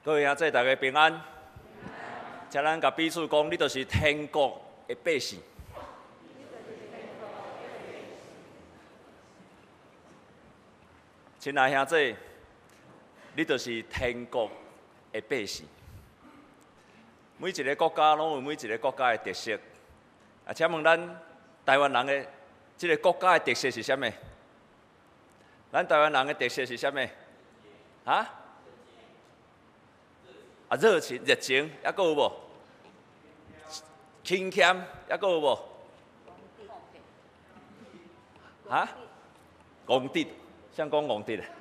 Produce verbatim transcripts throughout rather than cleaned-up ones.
各位兄弟，大家平安。请咱甲彼此讲，你就是天国的百姓。亲爱兄弟，你就是天国的百姓。每一个国家拢有每一个国家的特色。啊，请问咱台湾人的这个国家的特色是啥物？咱台湾人的特色是啥物？啊？啊，热情、热情，还佫有无？勤俭，还佫有无？啊？公德，谁讲公德的？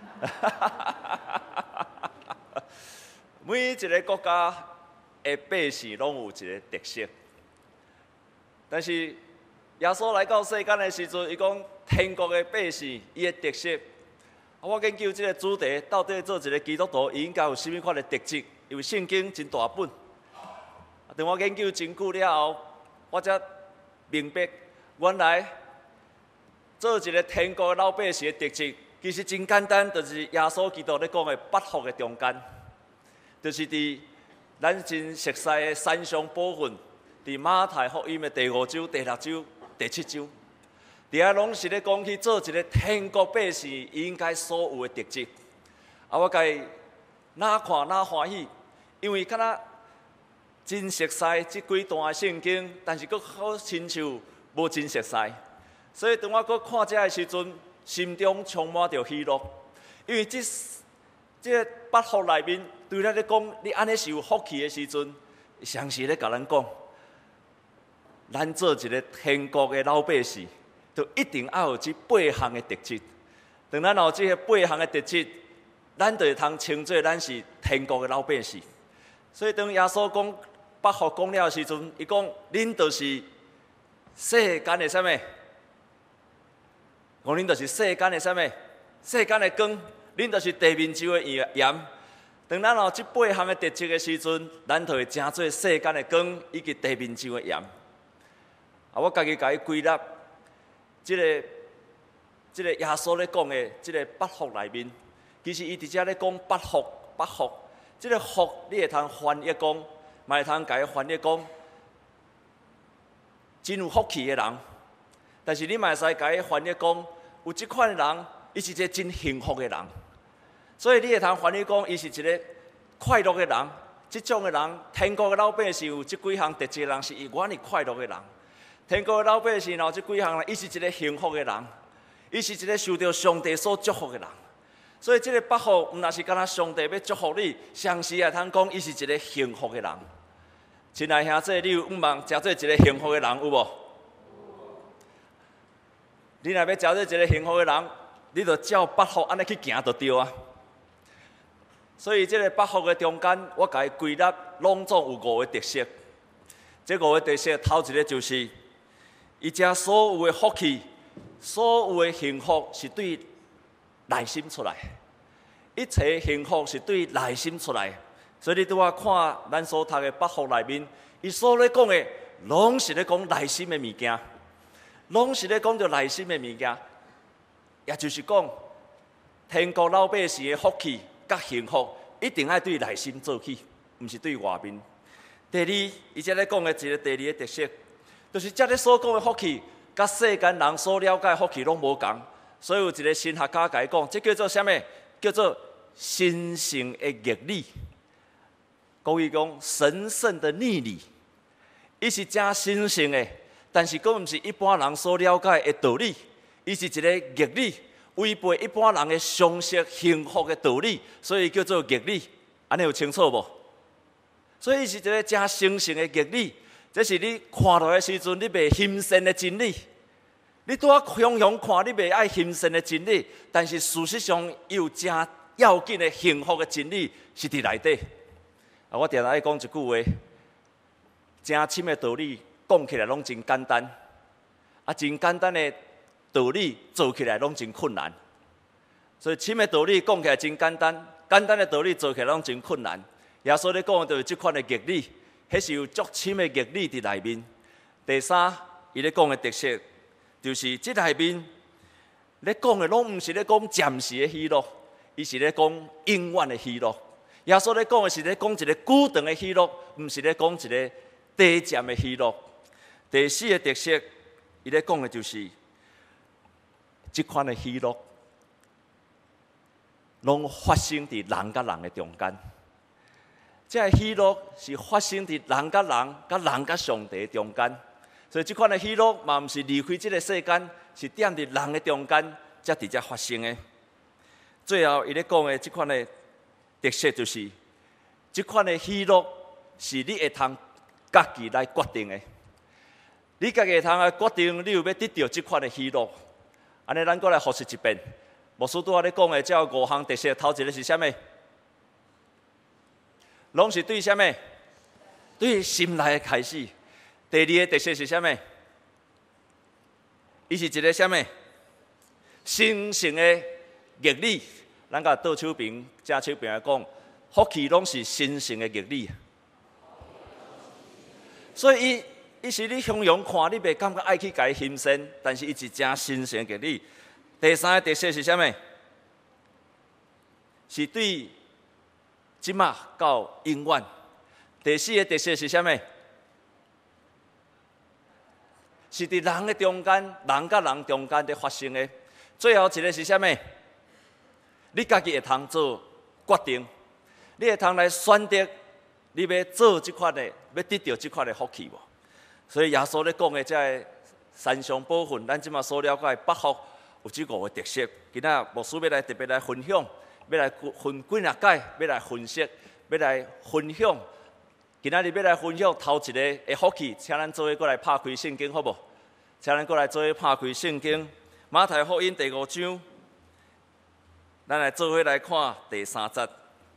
每一个国家的百姓拢有一个特色，但是耶稣来到世间的时阵，伊讲天国的百姓伊的特色。我研究这个主题，到底做一个基督徒，伊应该有甚物款的特质？因为圣经真大本，当我研究真久了后，我才明白，原来做一个天国的老百姓的特质，其实真简单，就是耶稣基督咧讲的八福的中间，就是伫咱真熟悉的山上部分，伫马太福音的第五章、第六章、第七章，伫遐拢是咧讲去做一个天国百姓应该所有的特质。啊，我甲伊哪看哪欢喜，因为敢若真熟悉这几段圣经，但是佫好亲像无真熟悉，所以当我佫看这的时阵，心中充满着喜乐，因为这这个八福内面对咱咧讲，你安尼是有福气的时阵，常时咧甲咱讲，咱做一个天国的老百姓，就一定要有这八项的特质。当咱有这个八项的特质，咱就会通称作咱是天国的老百姓。所以当耶稣讲八福讲了的时阵，伊讲恁就是世间的啥物？讲恁就是世间的啥物？世间的光，恁就是地面上的盐。当咱有这八项的特质的时阵，咱就会成做世间的光以及地面上的盐。啊，我家己甲伊归纳，即、这个即、这个耶稣咧讲的即个八福内面。其实伊伫遮咧讲八福，八福，即、这个福你会通翻译讲，嘛会通甲伊翻译讲，真有福气的人。但是你嘛会使甲伊翻译讲，有即款的人，伊是一个真幸福的人。所以你会通翻译讲，伊是一个快乐的人。即种的人，天国的老百姓有即几项特质的人，是伊原是快乐的人。天国的老百姓有即几项人，伊是一个幸福的人，伊是一个受到上帝所祝福的人。所以，这个八福毋若是敢若上帝要祝福你，常时也通讲，伊是一个幸福的人。亲爱兄弟，你有毋望食做一个幸福的人有无？你若要食做一个幸福的人，你就照八福安尼去行就对啊。所以，这个八福的中间，我甲伊归纳拢总有五个特色。这五个特色，头一个就是，伊遮所有的福气、所有的幸福是对内心出来，一切幸福是对内心出来。所以你拄仔看咱所读的八福内面，伊所咧讲的，拢是咧讲内心的物件，拢是咧讲着内心的物件。也就是讲，天国老百姓的福气甲幸福，一定要对内心做起，毋是对外面。第二，伊遮咧讲的一个第二个特色，就是遮咧所讲的福气，甲世间人所了解的福气拢无共。所以有一个神学家甲伊讲，这叫做啥物？叫做神圣的逆理。国语讲神圣的逆理，伊是真神圣的，但是佫毋是一般人所了解的道理。伊是一个逆理，违背一般人的常识幸福的道理，所以叫做逆理。安尼有清楚无？所以伊是一个真神圣的逆理，这是你看落的时阵，你袂欣赏的真理。你拄仔雄雄看，你袂爱欣赏的真理，但是事实上，伊有真要紧的幸福的真理是伫内底。啊，我定定爱讲一句话，真深的道理讲起来拢真简单，啊，真简单的道理做起来拢真困难。所以深的道理讲起来真简单，简单的道理做起来拢真困难。耶稣咧讲的就是即款的逆理，迄是有足深的逆理伫内面。第三，伊咧讲的特色。就是这内面，咧讲的拢毋是咧讲暂时的喜乐，伊是咧讲永远的喜乐。 耶稣咧讲的是咧讲一个久长的喜乐，毋是咧讲一个短暂的喜乐。第四个特色，伊咧讲的就是即款的喜乐，拢发生伫人甲人的中间。这个喜乐是发生伫人甲人、甲人甲上帝中间，所以即款的喜乐嘛，毋是离开即个世间，是踮伫人的中间才直接发生的。最后，伊咧讲的即款的特色就是，即款的喜乐是你会通家己来决定的。你家己会通来决定，你有要得到即款的喜乐。安尼，咱过来复习一遍。牧师拄仔咧讲的，这五项特色，头一个是啥物？拢是对啥物？对心内的开始。第二个特色是啥物？伊是一个啥物？生成的逆理。咱甲倒手边、正手边来讲，福气拢是生成的逆理。所以伊，伊是你向阳看，你袂感觉爱去甲伊欣赏，但是伊是真生成的逆理。第三个特色是啥物？是对即马到永远。第四个特色是啥物？是伫人的中间，人甲人中间在发生的。最后一个是啥物？你家己会通做决定，你会通来选择，你要做即款的，要得到即款的福气无？所以耶稣咧讲的这个三项宝训，咱即马所了解的八福有即五个特色。今仔牧师要来特别来分享。要来分几啊解，要来分析，要来分享。今仔日要来分享头一个的福气，请咱做伙过来拍开圣经，好无？请咱过来做伙拍开圣经，马太福音第五章，咱来做伙来看第三节。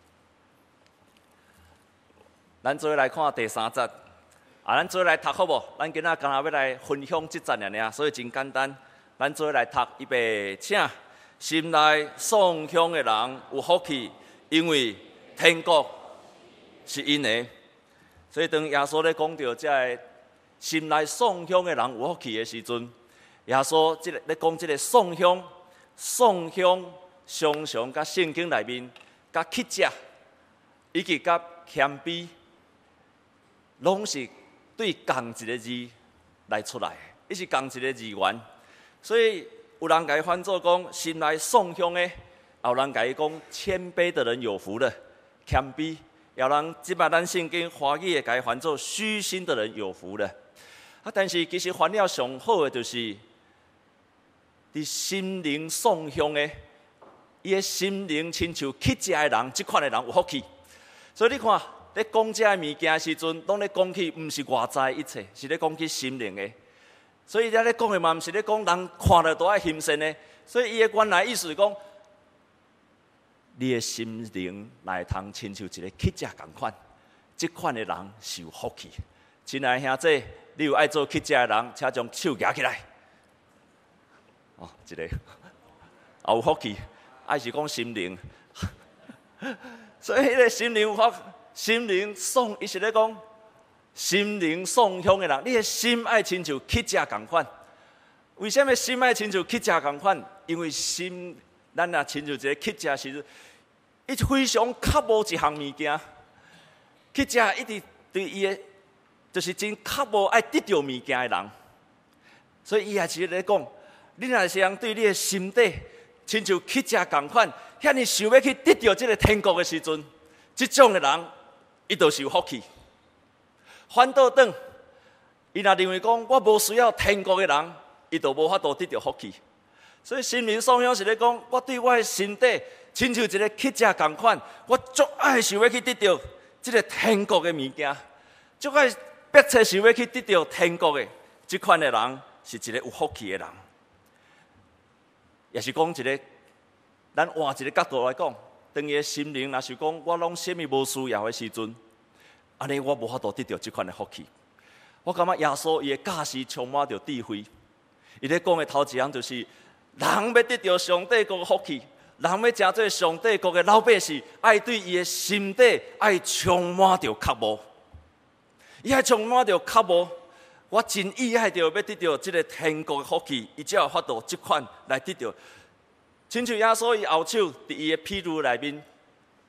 咱做伙来看第三节，啊，咱做伙来读好无？咱今仔刚若要来分享即节尔尔，所以真简单。咱做伙来读，预备，请。心内送香的人有福气，因为天国是因的。所以当耶稣咧讲到这个心内送香的人有福气的时阵，耶稣即个咧讲即个送香，送香常常甲圣经内面甲乞食，以及甲谦卑，拢是对同一个字来出来的，伊是同一个字源，所以。有人甲伊翻作讲心内送香的，有人甲伊讲谦卑的人有福了，谦卑；有人即摆咱圣经华语的甲伊翻作虚心的人有福了。啊，但是其实翻了上好的就是，伫心灵送香的，伊的心灵亲像乞食的人，即款的人有福气。所以你看，咧讲这物件的时阵，拢咧讲起，毋是外在一切，是咧讲起心灵的。所以，咱咧讲的嘛，毋是咧讲人看了都爱欣赏的。所以，伊的原来意思是讲，你的心灵来通亲像一个乞食共款，即款的人是有福气。亲爱的兄弟，你有爱做乞食的人，请将手举起来。哦，一个，也有福气，爱是讲心灵。所以，迄个心灵有福，心灵送，伊是咧讲。心灵送香的人，你的心爱亲像乞食共款。为什么心爱亲像乞食共款？因为心，咱若亲像一个乞食时，伊非常渴慕一项物件。乞食一直对伊的，就是真渴慕爱得到物件的人。所以伊也是咧讲，你若是人对你的心底亲像乞食共款，遐尼想要去得到这个天国的时阵，这种的人，伊就是有福气。反倒转，伊若认为讲我无需要天国的人，伊就无法度得到福气。所以心灵送香是咧讲，我对我的身体亲像一个乞食共款，我足爱想要去得到这个天国的物件，足爱迫切想要去得到天国的，这款的人是一个有福气的人。也是讲一个，咱换一个角度来讲，当伊的心灵若是讲我拢啥物无需要的时阵。安尼我无法度得到这款的福气。我感觉耶稣伊的教示充满着智慧。伊咧讲的头一项就是，人要得到上帝国的福气，人要成做上帝国的老百姓，爱对伊的心底爱充满着渴慕。伊爱充满着渴慕，我真意爱着要得到这个天国的福气，伊才有法度这款来得到。亲像耶稣伊后手伫伊的譬喻内面。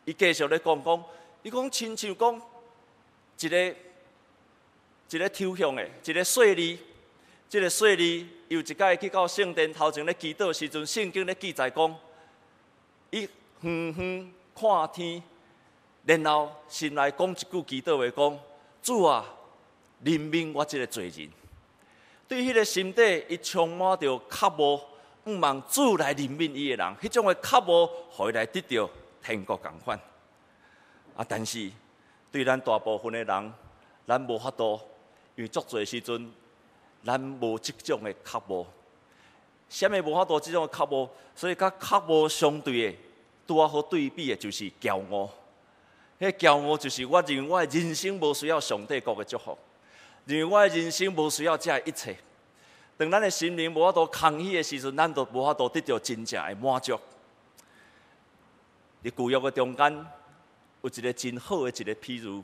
伊继续咧讲讲，伊讲亲像讲一个一个抽象的，一个细字，即个细字有一摆去到圣殿头前咧祈祷时阵，圣经咧记载讲，伊远远看天，然后心内讲一句祈祷话讲：主啊，怜悯我即个罪人。对迄个心底，伊充满着渴慕，毋望主来怜悯伊的人，迄种的渴慕，互伊来得到天国共款。啊，但是对咱大部分的人，咱无法度，因为足侪时阵，咱无即种的渴慕。啥物无法度即种的渴慕？所以甲渴慕相对的，拄啊好对比的就是骄傲。迄骄傲就是我认为我的人生无需要上帝国的祝福。认为我的人生无需要这一切，当咱的心灵无法度空虚的时阵，咱就无法度得到真正的满足。伫旧约的中间，有一个真好的一个譬如。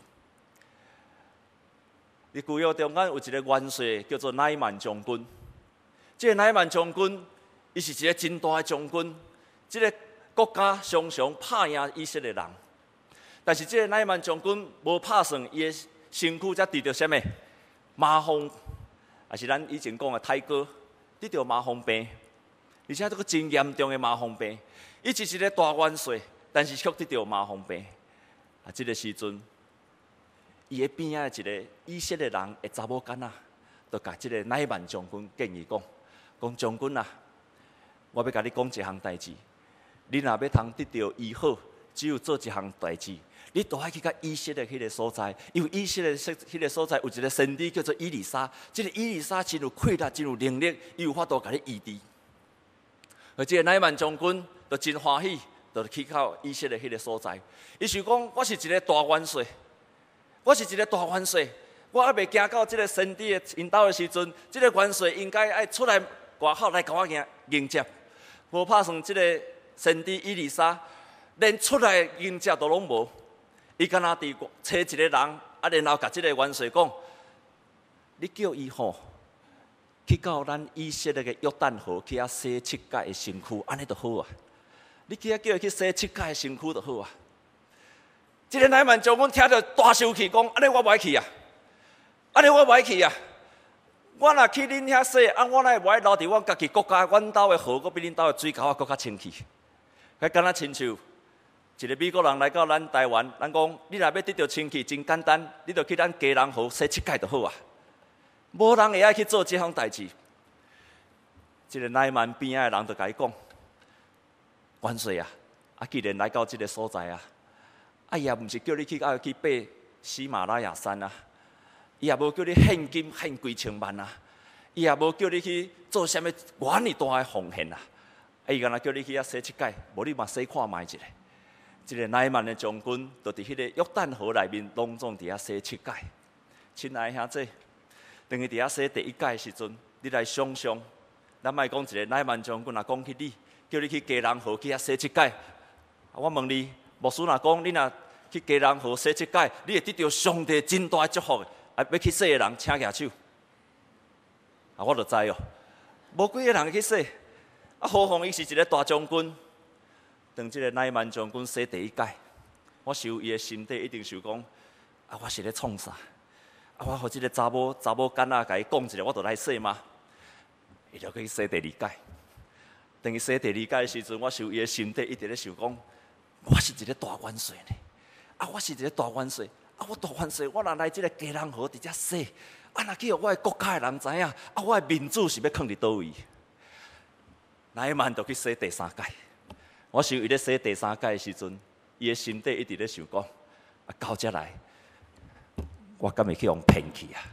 伫旧约中间有一个元帅叫做乃曼将军。这个乃曼将军，伊是一个真大的将军，这个国家常常拍赢以色列人。但是这个乃曼将军无拍算伊的身躯，才得到什么？麻风，也是咱以前讲的泰哥，得到麻风病，而且这个真严重的麻风病。伊是一个大元帅，但是却得到麻风病。啊，这个时阵，伊的边仔一个以色列人的查某囡仔，就甲这个乃曼将军建议讲：讲将军啊，我要甲你讲一项代志，你若要通得到医好，只有做一项代志。你都爱去到以色列迄个所在，因为以色列迄个所在有一个先知叫做以利沙，这个以利沙真有气力，真有能力，伊有法度甲你医治。而这个乃曼将军就真欢喜，就去到以色列迄个所在。伊想讲，我是一个大元帅，我是一个大元帅，我还未行到这个先知的引导的时阵，这个元帅应该爱出来外口来甲我迎迎接。无拍算这个先知以利沙，连出来迎接都拢无。伊敢若伫找一个人，啊，然后甲即个元帅讲：你叫伊吼去到咱以色列的约旦河去遐洗七界的身躯，安尼就好啊！你去遐叫伊去洗七界的身躯就好啊！即个乃曼将军听着大生气，讲：安尼我袂去啊！安尼我袂去啊！我若去恁遐洗，啊，我哪会袂留伫阮家己国家？阮兜的河，佫比恁兜的水沟啊，佫较清气。迄敢若亲像。一个美国人来到咱台湾，咱讲你若要得到清气，真简单，你就去咱家人河洗七界就好啊。无人会爱去做这项代志。这个乃曼边仔的人就甲伊讲：元帅啊，啊既然来到这个所在啊，啊伊也毋是叫你去爱去爬喜马拉雅山啊，伊也无叫你献金献几千万啊，伊也无叫你去做啥物偌尼大的奉献啊，啊伊干那叫你去遐洗七界，无你嘛洗看卖一下。这个乃曼的将军，就伫迄个约旦河内面隆重伫遐洗七界。亲爱的兄弟，当伊伫遐洗第一届的时阵，你来想想，咱莫讲一个乃曼将军，若讲去你，叫你去家人河去遐洗七界。我问你，牧师若讲你若去家人河洗七界，你会得到上帝真大的祝福的。啊，要去洗的人，请举手。啊，我就知哦，无几个人去洗。啊，何况伊是一个大将军。当这个乃曼将军洗第一届，我想伊的心底一定想讲：啊，我是咧创啥？啊，我互这个查某查某囡仔甲伊讲一下，我就来洗吗？伊就去洗第二届。当伊洗第二届的时阵，我想伊的心底一直咧想讲：我是一个大元帅呢。啊，我是一个大元帅。啊，我大元帅，我若来这个家人河伫遮洗，啊，若去互我的国家的人知影，啊，我的民主是要放伫倒位？乃曼就去洗第三届。我想伊咧洗第三届的时阵，伊的心底一直咧想讲：啊，到遮来，我敢会去用骗去啊？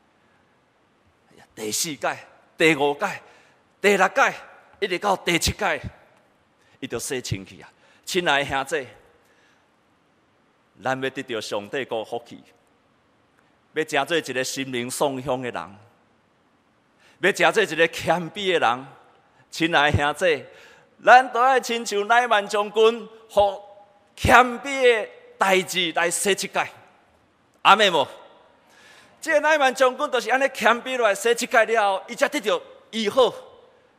第四届、第五届、第六届，一直到第七届，伊就洗清去啊！亲爱的兄弟，咱要得到上帝个福气，要成做一个心灵爽香的人，要成做一个谦卑的人。亲爱的兄弟。咱都爱亲像乃曼将军，互谦卑的代志来洗七界。阿妹无？这个乃曼将军就是安尼谦卑落来洗七界了后，伊才得到医好。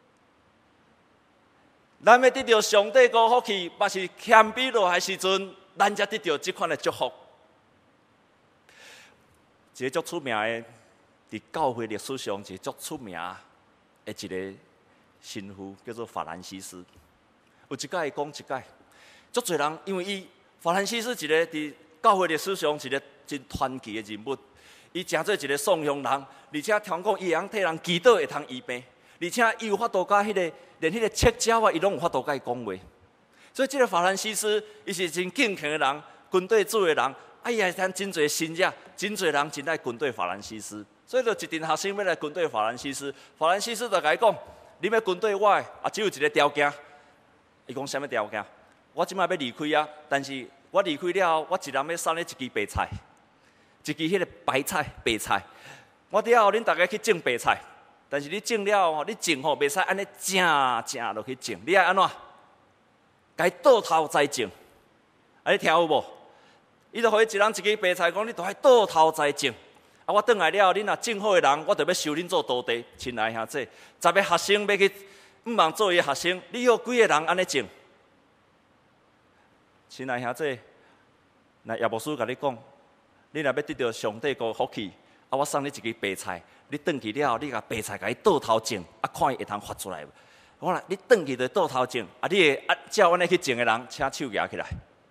咱要得到上帝个福气，嘛是谦卑落来时阵， 咱才得到这款的祝福。一个足出名的，伫教会历史上一个足出名的一个神父，叫做法兰西斯。有一届讲一届，足侪人因为伊法兰西斯一个伫教会历史上一个真传奇的人物。伊真做一个送香人，而且听讲伊会晓替人祈祷，会通医病，而且伊有法度甲迄个连迄个切鸟啊，伊拢有法度甲伊讲话。所以这个法兰西斯，伊是真敬虔的人，军队主的人，啊，伊也通真侪信者，真侪人真爱军队法兰西斯。所以就一群学生要来军队法兰西斯，法兰西斯就甲伊讲：，你要军队我的，啊，只有一个条件。伊讲啥物条件？我即摆要离开啊，但是我离开了后，我一人要送你一支白菜。一支迄个白菜、白菜，我了后恁大家去种白菜，但是你种了后，你种吼白菜安尼正正落去种，你爱安怎？该倒头再种，啊你听有无？伊就互伊一人一支白菜，讲你都爱倒头再种。啊，我转来了，恁若种好的人，我就要收恁做徒弟。亲爱兄弟，十个学生要去毋茫做伊学生，你有几个人安尼种？亲爱兄弟，那叶牧师甲你讲。你若要得到上帝个福气，啊，我送你一支白菜，你转去了后，你甲白菜甲伊倒头种，啊，看伊会通发出来。我啦，你转去就倒头种，啊，你会啊照阮尼去种的人，请手举起来。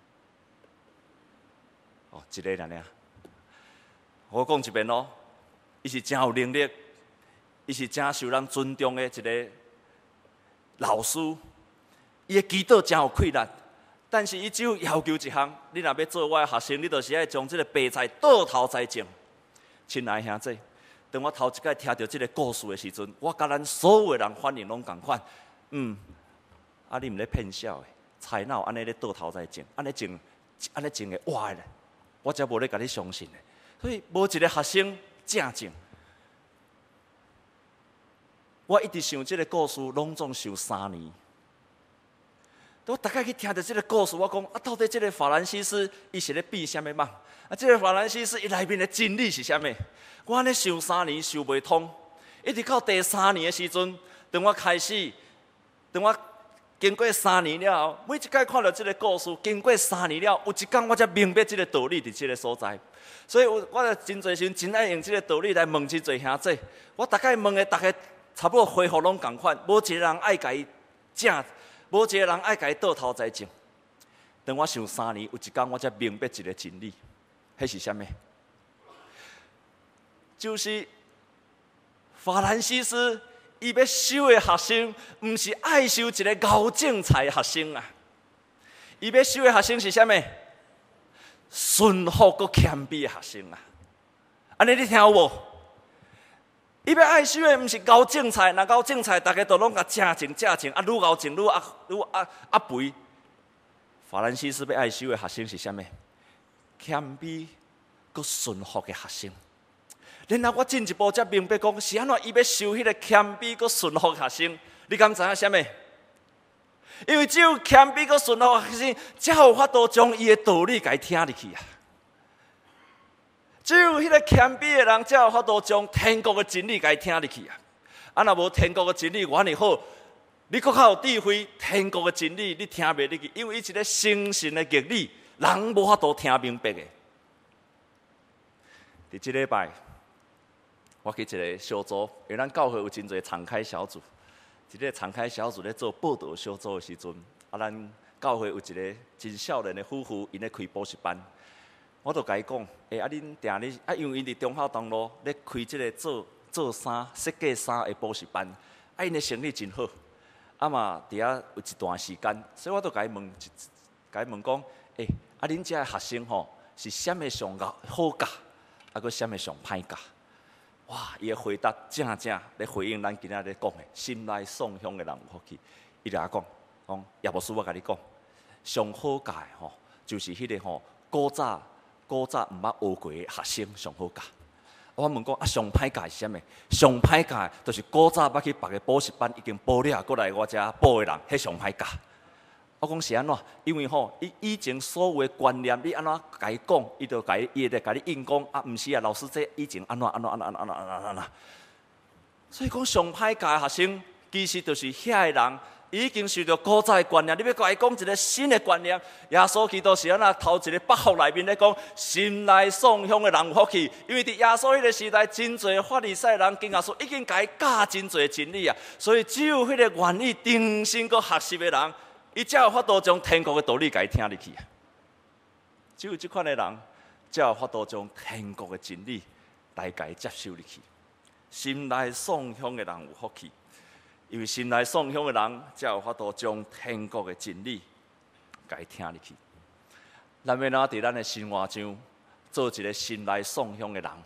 哦，一个人尔。我讲一遍咯，伊是真有能力，伊是真受人尊重的一个老师，伊的祈祷真有气力。但是伊只有要求一项，你若要做我的学生，你就是爱将这个白菜倒头再种。亲爱兄弟，当我头一摆听到这个故事的时阵，我甲咱所有的人反应拢同款。嗯，啊，你毋咧骗笑的，菜哪有安尼咧倒头再种，安尼种，安尼种会活的咧？我才无咧甲你相信的。所以无一个学生正种。我一直想这个故事，拢总想三年。我大概去听到这个故事，我讲啊，到底这个法兰西斯伊是咧变什么梦？啊，这个法兰西斯伊内面的真理是啥物？我安尼想三年想袂通，一直到第三年的时阵，当我开始，当我经过三年了后，每一摆看到这个故事，经过三年了，有一天我才明白这个道理伫这个所在。所以我我真侪时真爱用这个道理来问真侪兄弟。我大概问的，大概差不多回复拢同款，无一个人爱甲伊正。无一个人爱甲伊倒头再种。当我想三年，有一天我才明白一个真理，迄是啥物？就是法兰西斯伊要收的学生，毋是爱收一个高正才的学生啊！伊要收的学生是啥物？顺服佮谦卑的学生啊！安尼你听有无？伊要爱收的，毋是高种菜，若高种菜，大家都拢甲正种正种，啊，愈高种愈啊愈啊啊肥。法兰西斯要爱收的学生是啥物？谦卑佮顺服的学生。然后我进一步才明白讲，是安怎伊要收迄个谦卑佮顺服的学生？你敢知影啥物？因为只有谦卑佮顺服的学生，才有法度将伊的道理甲伊听入去啊。只有迄个谦卑的人，才有法度将天国的真理甲伊听入去啊！啊，若无天国的真理，原来好，你搁较有智慧，天国的真理你听袂入去，因为伊一个生神的逆理，人无法度听明白的。伫即礼拜，我去一个小组，因为咱教会有真侪敞开小组，一个敞开小组咧做报道小组的时阵，啊，咱教会有一个真少年的夫妇，因咧开补习班。我就甲伊讲，诶、欸，啊，恁定咧啊，因为因伫中孝东路咧开即个做做衫、设计衫的补习班，啊，因的生意真好，啊嘛，伫遐有一段时间，所以我就甲伊问，甲伊问讲，诶、欸，啊，恁遮学生吼是啥物上好教，啊，佮啥物上歹教？哇，伊的回答正正咧回应咱今仔日讲的，心内送香的人有福气。伊就甲讲，讲叶牧师，我甲你讲，上好教的吼，就是迄个吼古早。古早毋捌学过的学生上好教。我问讲啊，上歹教是啥物？上歹教就是古早捌去别个补习班已经补了，过来我遮补的人，迄上歹教。我讲是安怎？因为吼，伊以前所有的观念，你安怎甲伊讲，伊就甲伊，伊就甲你应讲啊，毋是啊，老师这以前安怎安怎安怎安怎安怎安怎安怎。所以讲上歹教的学生，其实就是遐个人， 已经受到古早的观念，你要甲伊讲一个新的观念。耶稣基督是安那头一个八福内面咧讲，心内丧乡的人有福气，因为伫耶稣迄个时代，真侪法利赛人跟耶稣已经甲伊教真侪真理啊，所以只有迄个愿意定心搁学习的人，伊才有法度将天国的道理甲伊听入去啊。只有即款的人，才有法度将天国的真理大家接受入去。心内丧乡的人有福气。因为心内丧乡的人，才有法度将天国的真理，甲伊听入去。咱要哪伫咱的生活上做一个心内丧乡的人？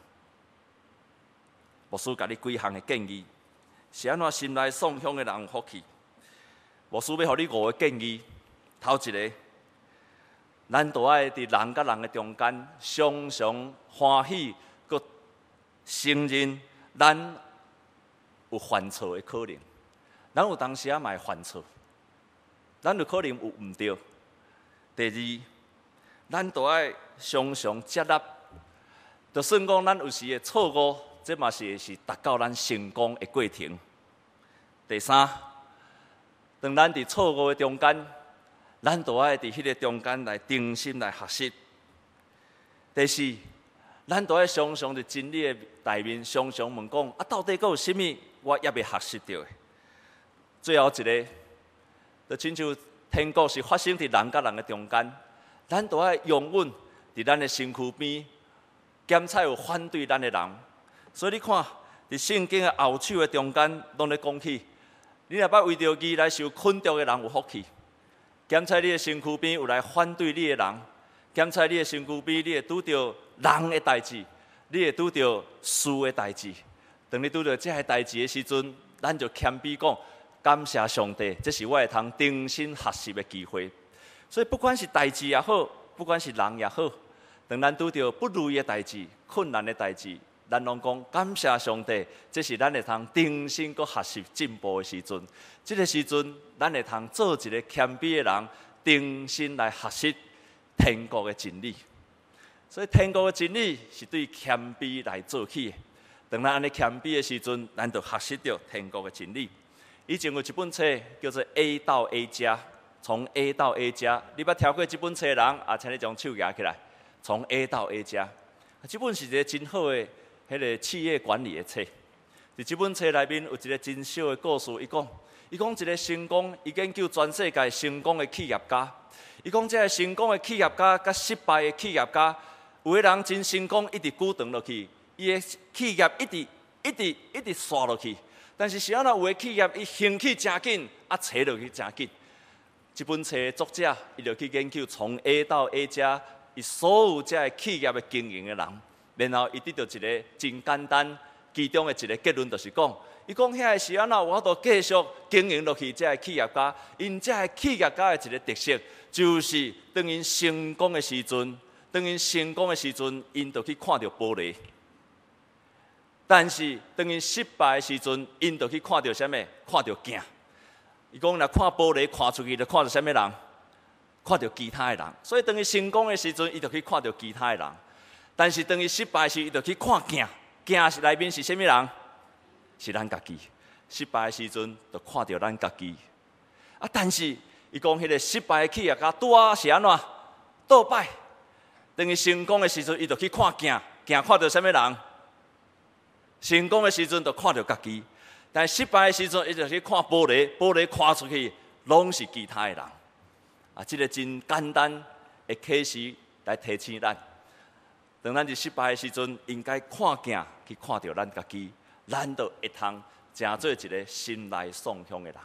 牧师甲你几项的建议，是安怎心内丧乡的人有福气？牧师要互你五个建议。头一个，咱都爱伫人甲人的中间，常常欢喜，佮承认咱有犯错的可能。咱有当时啊，嘛会犯错，咱有可能有毋对。第二，咱都爱常常接纳，就算讲咱有时会错误，这嘛是是达到咱成功的过程。第三，当咱伫错误的中间，咱都爱伫迄个中间来定心来学习。第四，咱都爱常常伫真理的内面，常常问讲啊，到底佫有啥物我也未学习到的？最后一个，就亲像天国是发生伫人甲人的中间，咱都爱用稳伫咱的身躯边，检查有反对咱的人。所以你看，伫圣经的后手的中间，拢咧讲起，你若捌为着义来受困毒的人有福气。检查你的身躯边有来反对你的人，检查你的身躯边，你会拄到人的代志，你会拄到事的代志。当你拄到这些代志的时阵，咱就谦卑讲。感谢上帝，这是我会通定心学习的机会。所以不管是代志也好，不管是人也好，当咱拄到不如意的代志、困难的代志，咱拢讲感谢上帝，这是咱会通定心搁学习进步的时阵。这个时阵，咱会通做一个谦卑的人，定心来学习天国的真理。所以天国的真理是对谦卑来做起的。当咱安尼谦卑的时阵，咱就学习到天国的真理。以前有一本册叫做 A 到 A 加，从 A 到 A 加，你捌听过这本册的人，啊，请你将手举起来。从 A 到 A 加，这本是一个真好的迄个企业管理的册。伫这本册内面有一个真小的故事，伊讲，伊讲一个成功，伊研究全世界成功的企业家。伊讲这个成功的企业家甲失败的企业家，有的人真成功，一直久长落去，伊的企业一直一直一直刷落去。但是是安那有的企业伊兴起真紧，啊扯落去真紧。这本册的作者伊就去研究从 A 到 A 加，伊所有这个企业的经营的人，然后伊得到一个真简单，其中的一个结论就是讲，伊讲遐个是安那我都继续经营落去，这个企业家，因这个企业家的一个特色，就是当因成功的时阵，当因成功的时阵，因就去看到玻璃。但是，当因失败的时阵，因就去看到什么？看到镜。伊讲，若看玻璃看出去，就看到什么人？看到其他的人。所以，当伊成功的时阵，伊就去看到其他的人。但是，当伊失败时，伊就去看镜。镜是内面是什么人？是咱家己。失败的时阵，就看到咱家己。啊，但是，伊讲，迄个失败的企业家拄啊是安怎倒摆？当伊成功的时阵，伊就去看镜。镜看到什么人？成功的时阵就看到家己，但失败的时阵，伊就去看玻璃，玻璃看出去拢是其他的人。啊，这个真简单的启示来提醒咱，当咱伫失败的时阵，应该看镜去看到咱家己，咱就会通成做一个心内丧乡的人。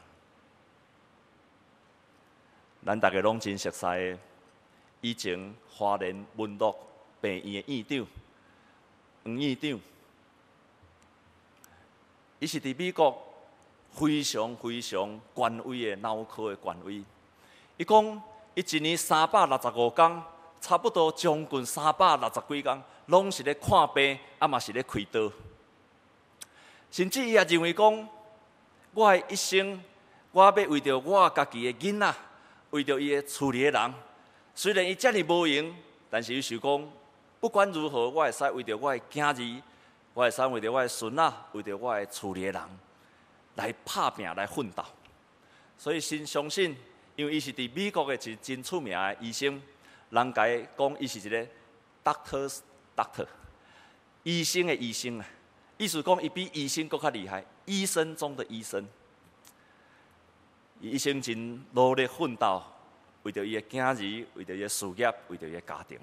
咱大家拢真熟悉的，以前花莲文乐病院的院长黄院长。伊是伫美国非常非常权威的脑科的权威。伊讲，伊一年三百六十五天，差不多将近三百六十几天，拢是咧看病，啊嘛是咧开刀。甚至伊也认为讲，我的一生，我要为着我家己的囡仔，为着伊的厝里的人，虽然伊遮尔无闲，但是伊想讲，不管如何，我会使为着我的囝儿。我会使为着我的孙仔，为着我的厝里的人来拍拼来奋斗。 所以先相信，因为伊是伫美国的一真出名的医生，人家讲伊是一个 doctor's doctor， 医生的医生啊，意思讲伊比医生更较厉害，医生中的医生。伊一生真努力奋斗，为着伊的囝儿，为着伊的事业，为着伊的家庭。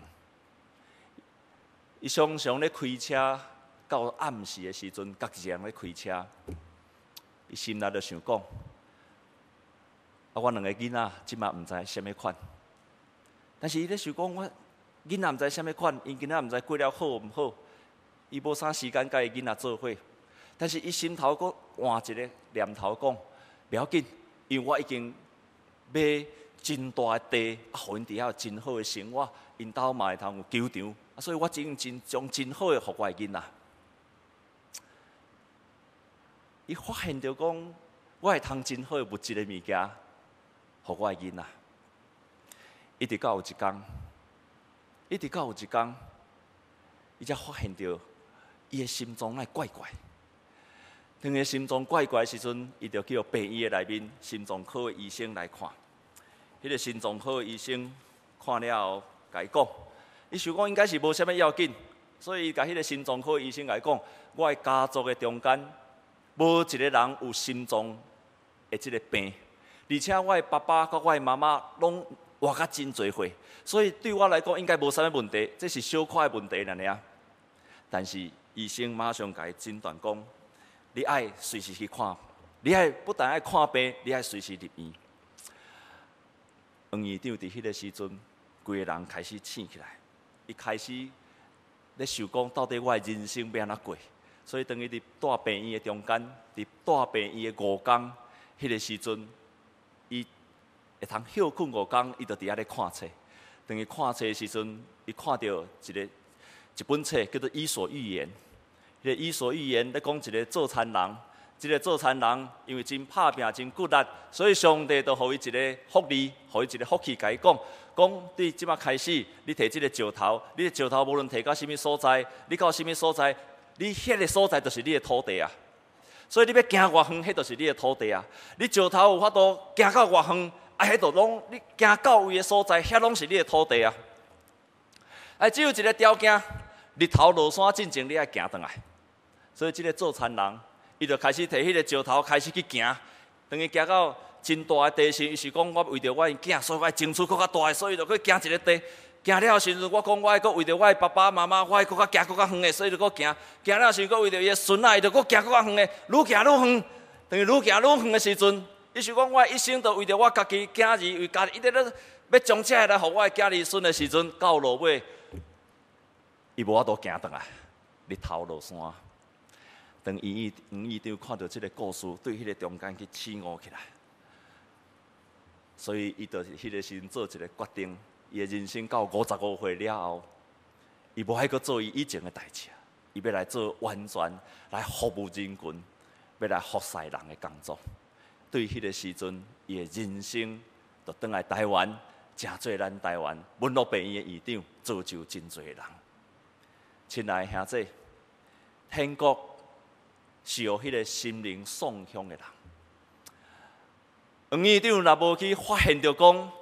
伊常常咧开车，到暗时的时阵，家己人咧开车，伊心内就想讲：啊，我两个囡仔即马毋知啥物款，但是伊咧想讲，我囡仔毋知啥物款，因囡仔毋知过了好毋好，伊无啥时间甲伊囡仔做伙。但是伊心头阁换一个念头讲：不要紧。因为我已经买真大的地，啊，互因伫遐有真好的生活，因兜嘛会通有球场，啊，所以我已经真将真好的互我的囡仔。伊发现着讲，我会通真好的物质的物件，互我的囡仔。一直到有一天，一直到有一天，伊才发现着伊的心中那怪怪。当伊心脏怪怪的时阵，伊就叫病院的内面心脏科的医生来看。迄、那个心脏科的医生看了后，甲伊讲，伊想讲应该是无啥物要紧，所以伊甲迄个心脏科的医生甲伊讲，我的家族的中间无一个人有心脏的即个病，而且我的爸爸甲我的妈妈拢活甲真侪岁，所以对我来讲应该无啥物问题，这是小可的问题尔尔。但是医生马上甲伊诊断讲。你爱随时去看，你爱不但爱看病，你爱随时入院。黄院长伫迄个时阵，规个人开始醒起来，伊开始咧想讲，到底我的人生要安怎过？所以，当伊伫住病院的中间，伫住病院的五天，迄个时阵，伊会通休困五天，伊就伫遐咧看册。当伊看册的时阵，伊看到一个一本册叫做《伊索寓言》。迄个《伊索寓言》咧讲一个做餐人，即、这个做餐人因为真拍拼、真骨力，所以上帝就予伊一个福利，予伊一个福气，甲伊讲，讲对即马开始，你摕即个石头，你的石头无论摕到什么所在，你到什么所在，你迄个所在就是你的土地啊。所以你要行偌远，迄就是你的土地啊。你石头有法度行到偌远，啊，迄度拢你行到位的所在，遐拢是你的土地啊。哎，只有一个条件，日头落山进前，你爱行转来。所以，即个做餐人，伊就开始摕迄个石头开始去行。当伊行到真大的地时，伊是讲我为着我的囝，所以我要争取更较大的，所以就去行一个地。行了时阵，我讲我爱搁为着我的爸爸妈妈，我爱搁较行搁较远的，所以就搁行。行了时，搁为着伊的孙仔，伊就搁行搁较远的，愈行愈远。等于愈行愈远的时阵，伊是讲我一生都为着我家己囝儿，为家己一直咧要将这来，互我的囝儿孙的时阵，到落尾，伊无法度行转来，日头落山。当黄院黄院长看到这个故事，对迄个中间去起悟起来，所以伊就迄个时阵做一个决定，伊的人生到五十五岁了后，伊无爱阁做伊以前的代志，伊要来做完全来服务人群，要来服侍人的工作。对迄个时阵，伊的人生就转来台湾，真做咱台湾文乐病院的院长，造就真侪人。亲爱的兄弟，天国是有迄个心灵送向的人。黄院长若无去发现着讲，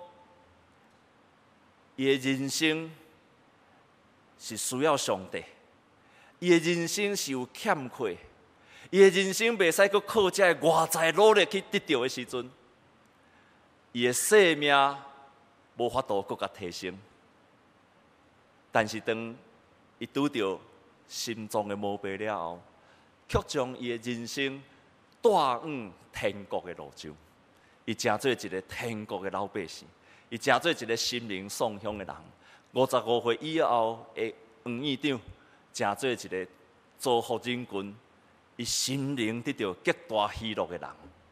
伊的人生是需要上帝，伊的人生是有欠缺，伊的人生袂使阁靠这外在努力去得到的时阵，伊的生命无法度阁甲提升。但是当伊拄着心脏的毛病了后，却将伊的人生带往天国的路上。伊成做一个天国的老百姓，伊成做一个心灵送向的人。五十五岁以后的黄院长，成做一个造福人群，伊心灵得到极大喜乐的人。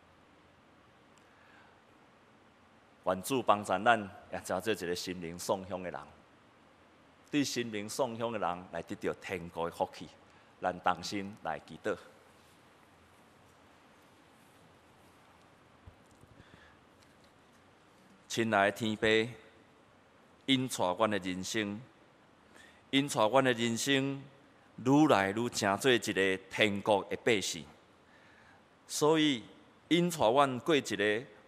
愿主帮助咱，也成做一个心灵送向的人。对心灵送向的人来得到天国的福气。咱同心来祈祷。亲爱的天父，引带阮的人生，引带阮的人生愈来愈成做一个天国的百姓。所以，引带阮过一个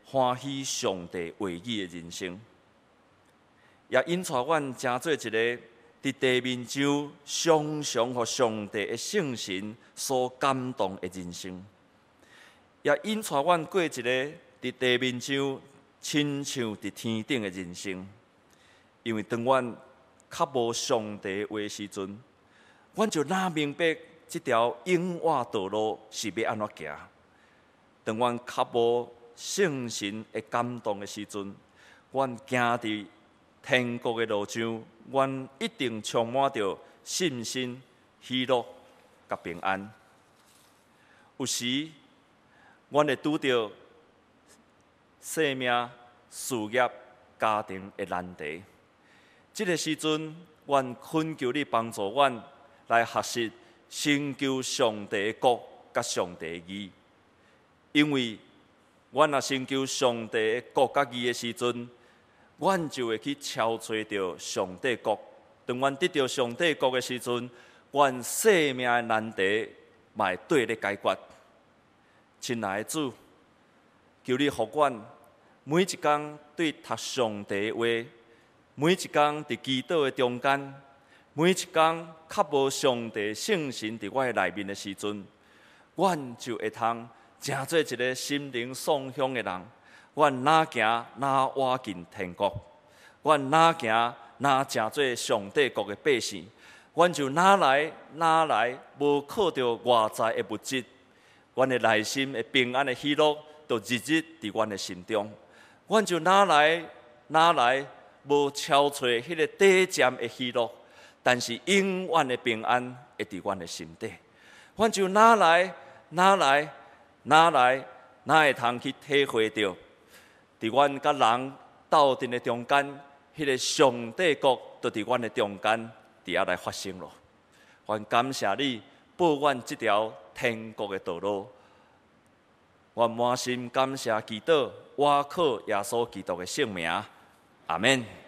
欢喜上帝话语的人生，也引带阮成做一个伫地面上常常互上帝的圣神所感动的人生，也引带阮过一个伫地面上亲像伫天顶的人生。因为当阮较无上帝话的时阵，阮就哪明白这条永远道路是要安怎行。当阮较无圣神的感动的时阵，阮行伫天国的路上，阮一定充满着信心、喜乐甲平安。有时，阮会拄着生命、事业、家庭的难题。这个时阵，阮恳求你帮助阮来学习成就上帝的国甲上帝的义。因为阮若成就上帝的国甲义的时阵，阮就会去超找着上帝国。当阮得到上帝国的时阵，阮生命的难题嘛会对咧解决。亲爱的主，求你互阮每一天对读上帝的话，每一天伫祈祷的中间，每一天较无上帝圣神伫我的内面的时阵，阮就会通成做一个心灵爽享的人。阮哪行哪活进天国，阮哪行哪成做上帝国的百姓，阮就哪来哪来无靠着外在的物质，阮的内心的平安的喜乐，就日日伫阮的心中。阮就哪来哪来无超找迄个短暂的喜乐，但是永远的平安会伫阮的心底。阮就哪来哪来哪来哪会通去体会到，伫阮甲人斗阵的中间，迄、那个上帝国就伫阮的中间，伫遐来发生咯。阮感谢你，保阮这条天国的道路。阮满心感谢祈祷，我靠耶稣基督的圣名，阿免。